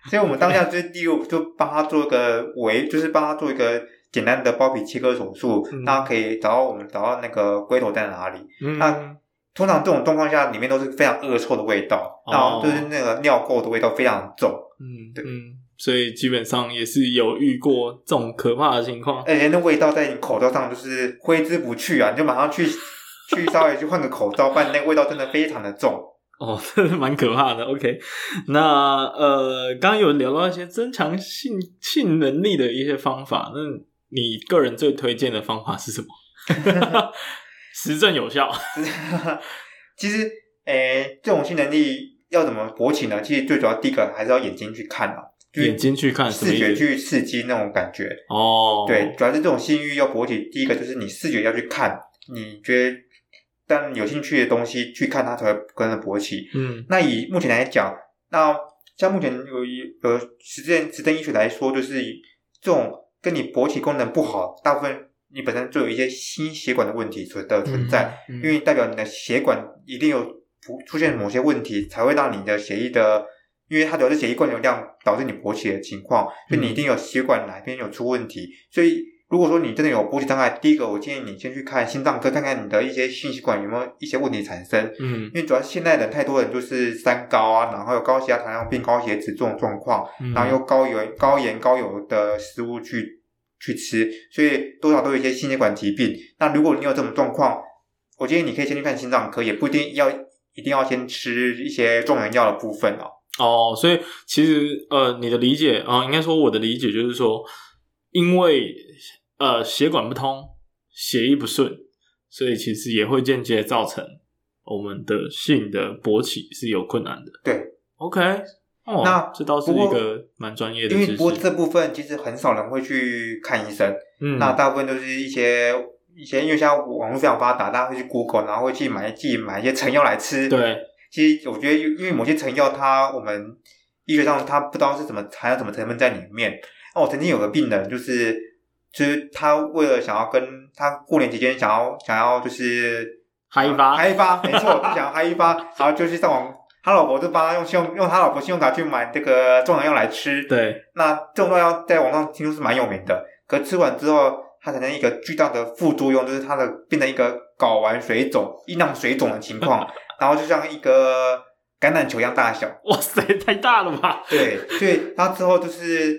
所以我们当下就第六就帮他做一个微，就是帮他做一个简单的包皮切割手术， 嗯、 让他可以找到我们找到那个龟头在哪里。 嗯， 那通常这种状况下，里面都是非常恶臭的味道， 哦、 然后就是那个尿垢的味道非常重。 嗯， 对， 嗯，所以基本上也是有遇过这种可怕的情况， 而且那味道在你口罩上就是挥之不去啊，你就马上去去稍微去换个口罩，不然那个味道真的非常的重。 哦，真的蛮可怕的。OK， 那呃，刚刚有聊到一些增强性性能力的一些方法，那你个人最推荐的方法是什么？实证有效。 其实，诶，这种性能力要怎么勃起呢？其实最主要第一个还是要眼睛去看啊，就是、 眼睛去看， 视觉去刺激那种感觉。 哦， 对，主要是这种性欲要勃起，第一个就是你视觉要去看，你觉得但有兴趣的东西去看它才会跟着勃起。 嗯， 那以目前来讲，那像目前有有实证实证医学来说，就是这种跟你勃起功能不好，大部分你本身就有一些心血管的问题所的存在，嗯嗯、因为代表你的血管一定有出现某些问题，才会让你的血液的，因为它主要是血液灌流量导致你勃起的情况，所以你一定有血管哪边有出问题，所以。如果说你真的有勃起障碍，第一个我建议你先去看心脏科，看看你的一些心血管有没有一些问题产生。嗯，因为主要是现在人太多人就是三高啊，然后有高血压、糖尿病、高血脂这种状况，嗯、然后又高油、高盐、高油的食物去去吃，所以多少都有一些心血管疾病。那如果你有这种状况，我建议你可以先去看心脏科，也不一定要一定要先吃一些壮阳药的部分哦。 哦，所以其实呃，你的理解啊、呃，应该说我的理解就是说，因为呃，血管不通，血液不顺，所以其实也会间接造成我们的性的勃起是有困难的。 对 ，OK， 哦，那这倒是一个蛮专业的知识。 因为不过这部分其实很少人会去看医生，嗯，那大部分都是一些一些，因为现在网络非常发达，大家会去 Google， 然后会去买自己买一些成药来吃。 对， 其实我觉得，因为某些成药它我们医学上它不知道是怎么含有什么成分在里面。那我曾经有个病人就是。就是他为了想要跟他过年期间想要想要就是嗨一发嗨一发，没错，就想要嗨一发，然后就去上网，他老婆就帮他用信用用他老婆信用卡去买这个壮阳药来吃。 对， 那这种壮阳药在网上听说是蛮有名的，可吃完之后，它产生一个巨大的副作用，就是它的变成一个睾丸水肿、阴囊水肿的情况，然后就像一个橄榄球一样大小。 哇塞，太大了吧？ 对，所以他之后就是。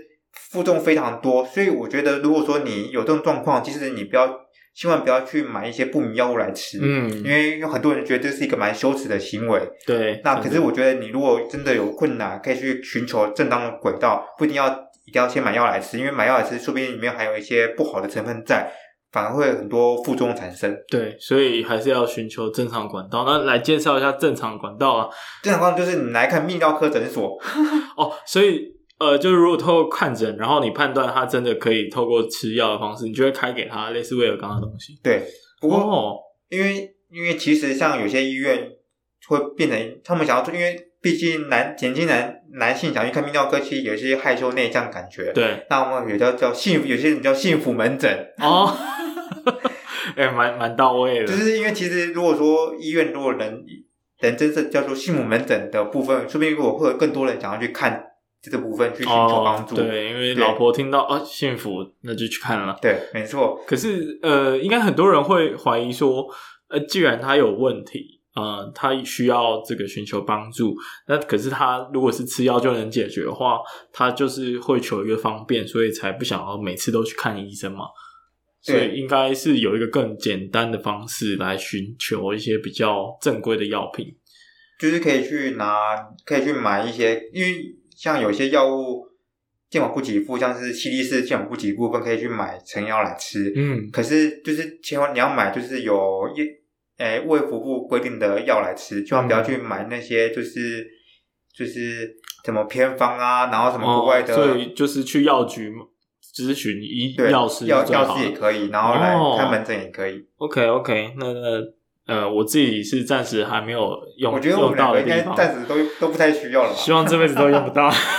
负重非常多，所以我觉得如果说你有这种状况，其实你不要千万不要去买一些不明药物来吃，嗯，因为有很多人觉得这是一个蛮羞耻的行为， 对。 那可是我觉得你如果真的有困难，可以去寻求正当的轨道，不一定要一定要先买药来吃，因为买药来吃，说不定里面还有一些不好的成分在，反而会有很多副作用产生。 对，所以还是要寻求正常管道。那来介绍一下正常管道啊， 正常管道就是你来看泌尿科诊所哦，所以。呃，就是如果透过看诊，然后你判断他真的可以透过吃药的方式，你就会开给他类似威尔刚的东西。 对，不过、 哦、 因为因为其实像有些医院会变成他们想要做，因为毕竟男年轻男男性想去看泌尿科，其实有些害羞内向感觉。 对， 那我们有叫叫幸福，有些人叫幸福门诊哦，哎、欸，蛮蛮到位的。 就是因为其实如果说医院如果人人真正叫做幸福门诊的部分，说不定如果会有更多人想要去看。这个部分去寻求帮助、 哦，对，因为老婆听到啊幸福，那就去看了。 对，没错。 可是呃，应该很多人会怀疑说，呃，既然他有问题，呃，他需要这个寻求帮助，那可是他如果是吃药就能解决的话，他就是会求一个方便，所以才不想要每次都去看医生嘛。所以应该是有一个更简单的方式来寻求一些比较正规的药品， 就是可以去拿，可以去买一些，因为。像有些药物健保不给付，像是西力士健保不给付部分可以去买成药来吃。嗯，可是就是千万你要买就是有诶卫福部规定的药来吃，千万不要去买那些就是、嗯、就是什么偏方啊，然后什么国外的， 哦、所以就是去药局咨询医药师， 药药师也可以，然后来看门诊也可以。 哦、OK OK， 那那。呃，我自己是暂时还没有用， 我觉得我们两个应该暂时都都不太需要了吧。 希望这辈子都用不到。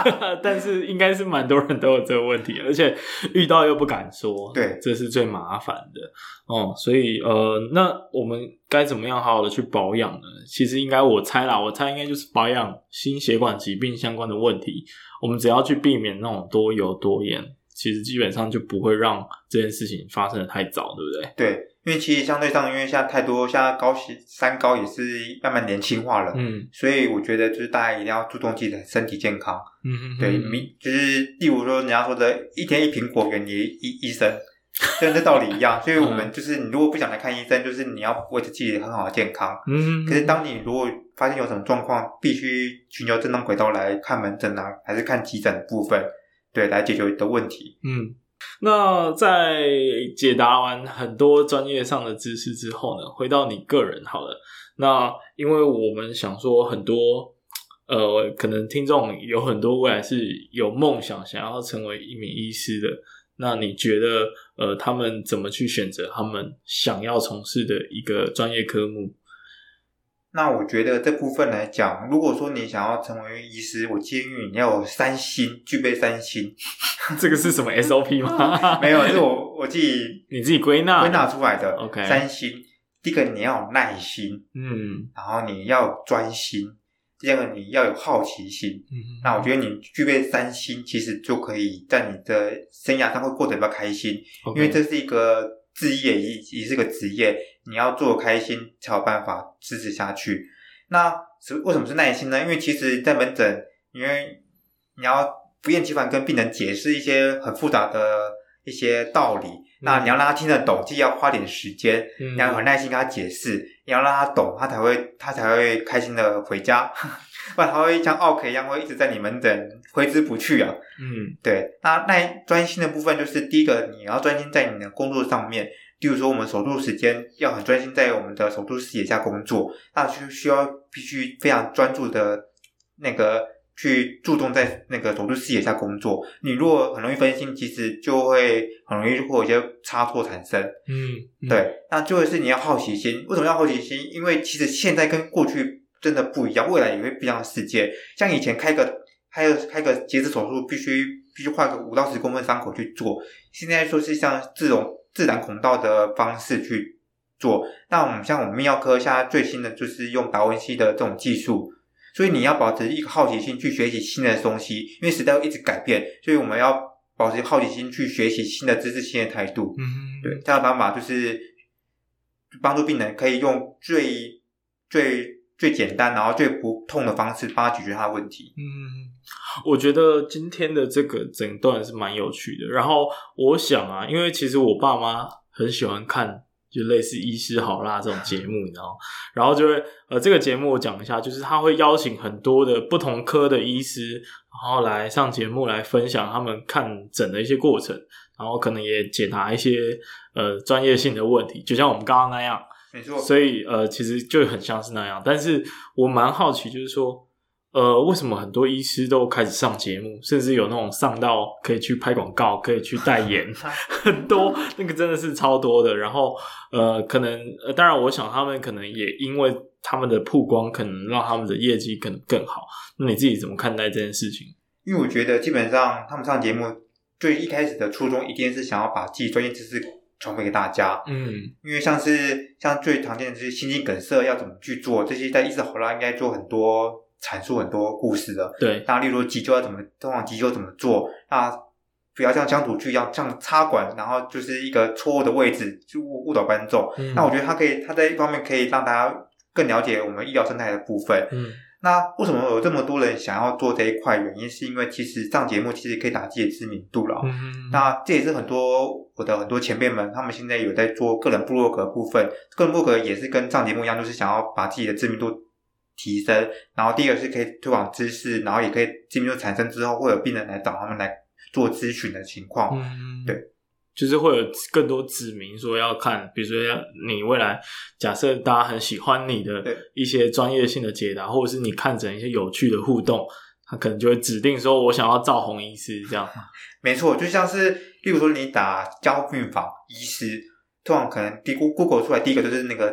但是应该是蛮多人都有这个问题，而且遇到又不敢说， 对， 这是最麻烦的哦。所以呃，那我们该怎么样好好的去保养呢？其实应该我猜啦，我猜应该就是保养心血管疾病相关的问题。我们只要去避免那种多油多盐，其实基本上就不会让这件事情发生的太早，对不对？ 对。因为其实相对上，因为现在太多，现在高三高也是慢慢年轻化了，嗯，所以我觉得就是大家一定要注重自己的身体健康，嗯嗯，对，就是例如说人家说的一天一苹果远离医医生，跟这道理一样，所以我们就是你如果不想来看医生，就是你要维持自己很好的健康，嗯，可是当你如果发现有什么状况，必须寻求正当轨道来看门诊啊，还是看急诊的部分，对，来解决的问题， 嗯。那在解答完很多专业上的知识之后呢，回到你个人好了。那因为我们想说很多呃，可能听众有很多未来是有梦想想要成为一名医师的，那你觉得呃，他们怎么去选择他们想要从事的一个专业科目？ 那我觉得这部分来讲，如果说你想要成为医师，我建议你要有三心，具备三心。 这个是什么 S O P 吗？ 没有，这是我我自己你自己归纳归纳出来的。 OK， 三心，第一个你要有耐心，嗯，然后你要有专心，第二个你要有好奇心。嗯，那我觉得你具备三心，其实就可以在你的生涯上会过得比较开心， okay， 因为这是一个志业，也也是个职业，你要做开心才有办法支持下去。那为什么是耐心呢？因为其实在门诊，因为你要不厌其烦跟病人解释一些很复杂的一些道理，嗯，那你要让他听得懂，既要花点时间，嗯，你要很耐心跟他解释，你要让他懂，他才会他才会开心的回家，不然他会像奥 K 一样会一直在你门诊挥之不去啊。嗯，对。那耐专心的部分就是第一个，你要专心在你的工作上面。例如说我们手术时间要很专心在我们的手术视野下工作，那就需要必须非常专注的那个去注重在那个手术视野下工作。你如果很容易分心，其实就会很容易会有一些差错产生。嗯，嗯对。那就是你要好奇心。为什么要好奇心？因为其实现在跟过去真的不一样，未来也会不一样的世界。像以前开个开个开个截肢手术必须必须画个五到十公分伤口去做，现在说是像这种自然孔道的方式去做。那我们像我们泌尿科现在最新的就是用达文西的这种技术，所以你要保持一个好奇心去学习新的东西，因为时代会一直改变，所以我们要保持好奇心去学习新的知识、新的态度。嗯，对，这样的方法就是帮助病人可以用最最最简单，然后最不痛的方式帮他解决他的问题。 嗯，我觉得今天的这个整段是蛮有趣的。然后我想啊，因为其实我爸妈很喜欢看就类似医师好辣这种节目，你知道吗？然后就会呃，这个节目我讲一下，就是他会邀请很多的不同科的医师，然后来上节目来分享他们看诊的一些过程，然后可能也解答一些呃专业性的问题，就像我们刚刚那样。 没错。 所以呃，其实就很像是那样。但是我蛮好奇，就是说呃，为什么很多医师都开始上节目，甚至有那种上到可以去拍广告，可以去代言，很多，那个真的是超多的。然后呃，可能呃，当然我想他们可能也因为他们的曝光，可能让他们的业绩可能更好。那你自己怎么看待这件事情？ 因为我觉得基本上他们上节目最一开始的初衷一定是想要把自己专业知识传播给大家。嗯，因为像是像最常见的就是心肌梗塞要怎么去做，这些在医师好啦应该做很多阐述很多故事的。 对， 那例如急救要怎么，通常急救怎么做，那不要像乡土剧一样像插管，然后就是一个错误的位置就误导观众。嗯，那我觉得他可以，他在一方面可以让大家更了解我们医疗生态的部分。嗯，那为什么有这么多人想要做这一块？原因是因为其实上节目其实可以打自己的知名度了。嗯，那这也是很多我的很多前辈们，他们现在有在做个人部落格的部分，个人部落格也是跟上节目一样，就是想要把自己的知名度提升。然后第一个是可以推广知识，然后也可以知名度产生之后，会有病人来找他们来做咨询的情况。嗯，对。 就是会有更多指明说要看，比如说你未来假设大家很喜欢你的一些专业性的解答，或者是你看诊一些有趣的互动，他可能就会指定说我想要赵宏医师这样。 没错，就像是例如说你打加护病房医师，通常可能 Google 出来第一个就是那个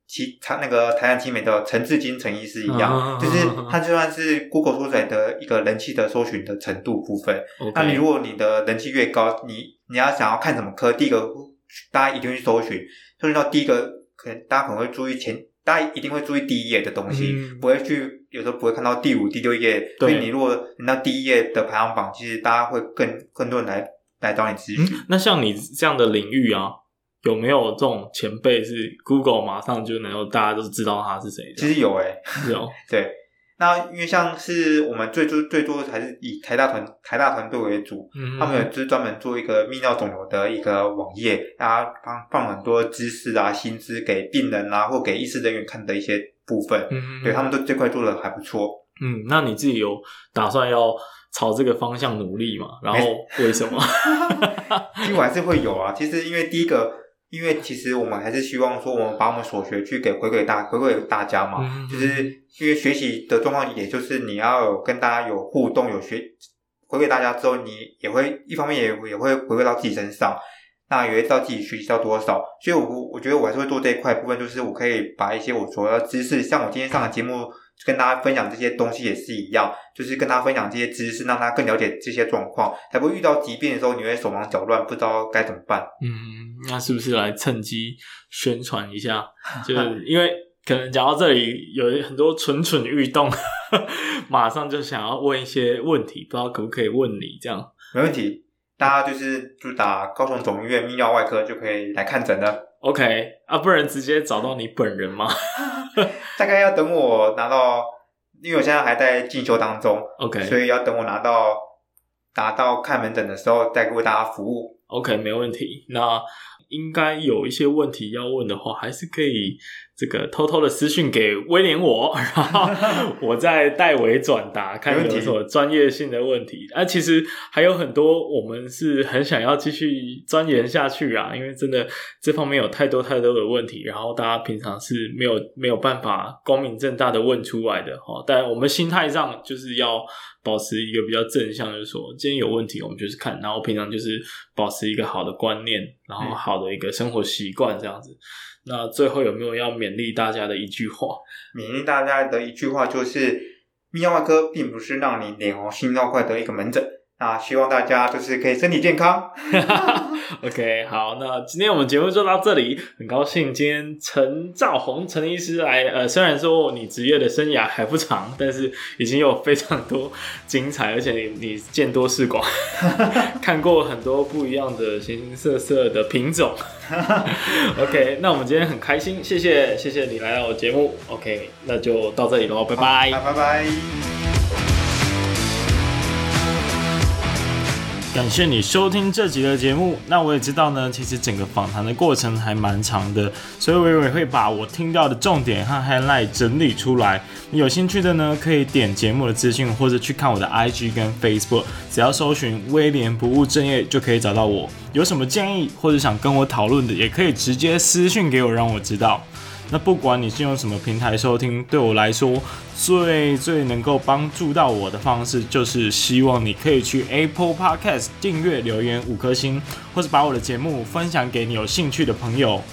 其他那个台南奇美的陈志金陈医师一样， 啊、 就是他就算是 Google 说出来的一个人气的搜寻的程度部分。 Okay. 那你如果你的人气越高，你你要想要看什么科，第一个大家一定会去搜寻，搜寻到第一个，可能大家可能会注意前，大家一定会注意第一页的东西，嗯、不会去有时候不会看到第五、第六页。所以你如果你到第一页的排行榜，其实大家会更更多人来来找你咨询、 嗯。那像你这样的领域啊，有没有这种前辈是 Google 马上就能够大家都知道他是谁？ 其实有诶、欸， 有对。那因为像是我们最多最多还是以台大团台大团队为主，嗯、他们有就是专门做一个泌尿肿瘤的一个网页，大家放放很多知识啊、薪资给病人啊或给医师人员看的一些部分，嗯、对他们都这块做的还不错。 嗯，那你自己有打算要朝这个方向努力吗？然后为什么？ 其实我还是会有啊。其实因为第一个。因为其实我们还是希望说，我们把我们所学去给回馈大回馈大家嘛，嗯、就是因为学习的状况，也就是你要有跟大家有互动，有学回馈大家之后，你也会一方面也也会回馈到自己身上，那也会知道自己学习到多少。所以我我觉得我还是会做这一块部分，就是我可以把一些我所要的知识，像我今天上的节目跟大家分享这些东西也是一样，就是跟大家分享这些知识，让大家更了解这些状况，才不会遇到疾病的时候你会手忙脚乱，不知道该怎么办。 嗯。那是不是来趁机宣传一下？就是因为可能讲到这里有很多蠢蠢欲动，马上就想要问一些问题，不知道可不可以问你这样？ 没问题，大家就是就打高雄总医院泌尿外科就可以来看诊了。 OK 啊，不然直接找到你本人吗？ 大概要等我拿到，因为我现在还在进修当中 ，OK， 所以要等我拿到拿到看门诊的时候再为大家服务。 OK， 没问题。那应该有一些问题要问的话，还是可以这个偷偷的私讯给威廉我，然后我再代为转达，看有什么专业性的问题。啊，其实还有很多我们是很想要继续钻研下去啊，因为真的这方面有太多太多的问题，然后大家平常是没有没有办法光明正大的问出来的齁。但我们心态上就是要保持一个比较正向，就是说今天有问题我们就是看，然后平常就是保持一个好的观念，然后好的一个生活习惯这样子。那最后有没有要勉励大家的一句话？ 勉励大家的一句话就是，泌尿外科并不是让你脸红心跳快的一个门诊。那希望大家就是可以身体健康。 OK， 好，那今天我们节目就到这里。很高兴今天陈兆宏陈医师来，呃，虽然说你职业的生涯还不长，但是已经有非常多精彩，而且你你见多识广，看过很多不一样的形形色色的品种。OK， 那我们今天很开心，谢谢谢谢你来到我节目。OK， 那就到这里咯，拜拜， 拜拜。 感谢你收听这集的节目。那我也知道呢，其实整个访谈的过程还蛮长的，所以我也会把我听到的重点和 highlight 整理出来。你有兴趣的呢，可以点节目的资讯，或者去看我的 I G 跟 Facebook， 只要搜寻威廉不务正业就可以找到我。有什么建议或者想跟我讨论的，也可以直接私讯给我，让我知道。那不管你是用什么平台收听，对我来说最最能够帮助到我的方式，就是希望你可以去 Apple Podcast 订阅、留言五颗星，或是把我的节目分享给你有兴趣的朋友。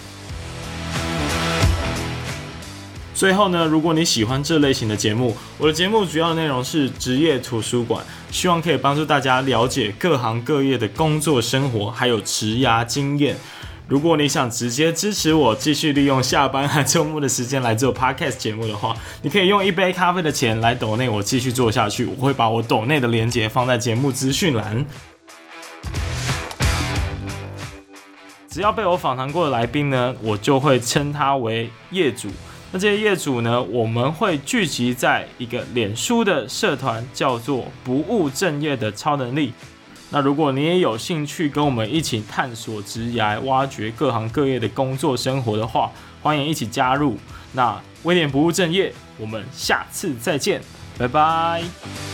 最后呢，如果你喜欢这类型的节目，我的节目主要内容是职业图书馆，希望可以帮助大家了解各行各业的工作生活，还有职涯经验。如果你想直接支持我继续利用下班和周末的时间来做 podcast 节目的话，你可以用一杯咖啡的钱来抖内我继续做下去，我会把我抖内的连结放在节目资讯栏。只要被我访谈过的来宾呢，我就会称他为业主。那这些业主呢，我们会聚集在一个脸书的社团，叫做不务正业的超能力。那如果你也有兴趣跟我们一起探索职涯，挖掘各行各业的工作生活的话，欢迎一起加入。那威廉不务正业，我们下次再见，拜拜。